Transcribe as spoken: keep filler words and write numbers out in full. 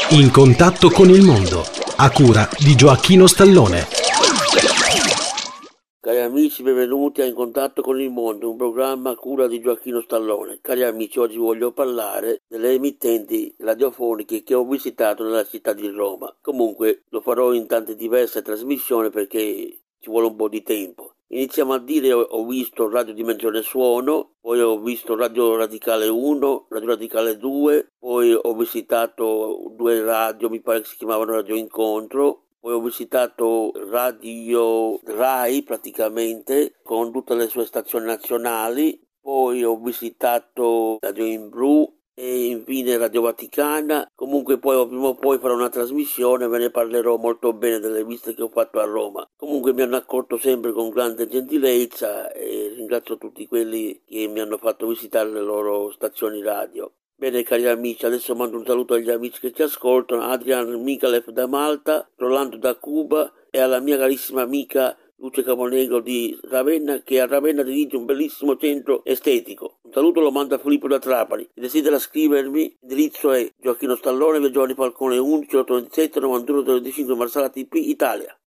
In contatto con il mondo, a cura di Gioacchino Stallone. Cari amici, benvenuti a In contatto con il mondo, un programma a cura di Gioacchino Stallone. Cari amici, oggi voglio parlare delle emittenti radiofoniche che ho visitato nella città di Roma. Comunque lo farò in tante diverse trasmissioni perché ci vuole un po' di tempo. Iniziamo a dire, ho visto Radio Dimensione Suono, poi ho visto Radio Radicale uno, Radio Radicale due, poi ho visitato due radio, mi pare che si chiamavano Radio Incontro, poi ho visitato Radio Rai praticamente con tutte le sue stazioni nazionali, poi ho visitato Radio Imbrù e infine Radio Vaticana. Comunque poi prima o poi farò una trasmissione, ve ne parlerò molto bene delle visite che ho fatto a Roma. Comunque mi hanno accolto sempre con grande gentilezza e ringrazio tutti quelli che mi hanno fatto visitare le loro stazioni radio. Bene cari amici, adesso mando un saluto agli amici che ci ascoltano, Adrian Mikalev da Malta, Rolando da Cuba e alla mia carissima amica Luce Caponegro di Ravenna, che a Ravenna dirige un bellissimo centro estetico. Un saluto lo manda Filippo da Trapani. Se desidera scrivermi, l'indirizzo è Gioacchino Stallone, via Giovanni Falcone undici ottocentoventisette novantuno trentacinque Marsala T P Italia.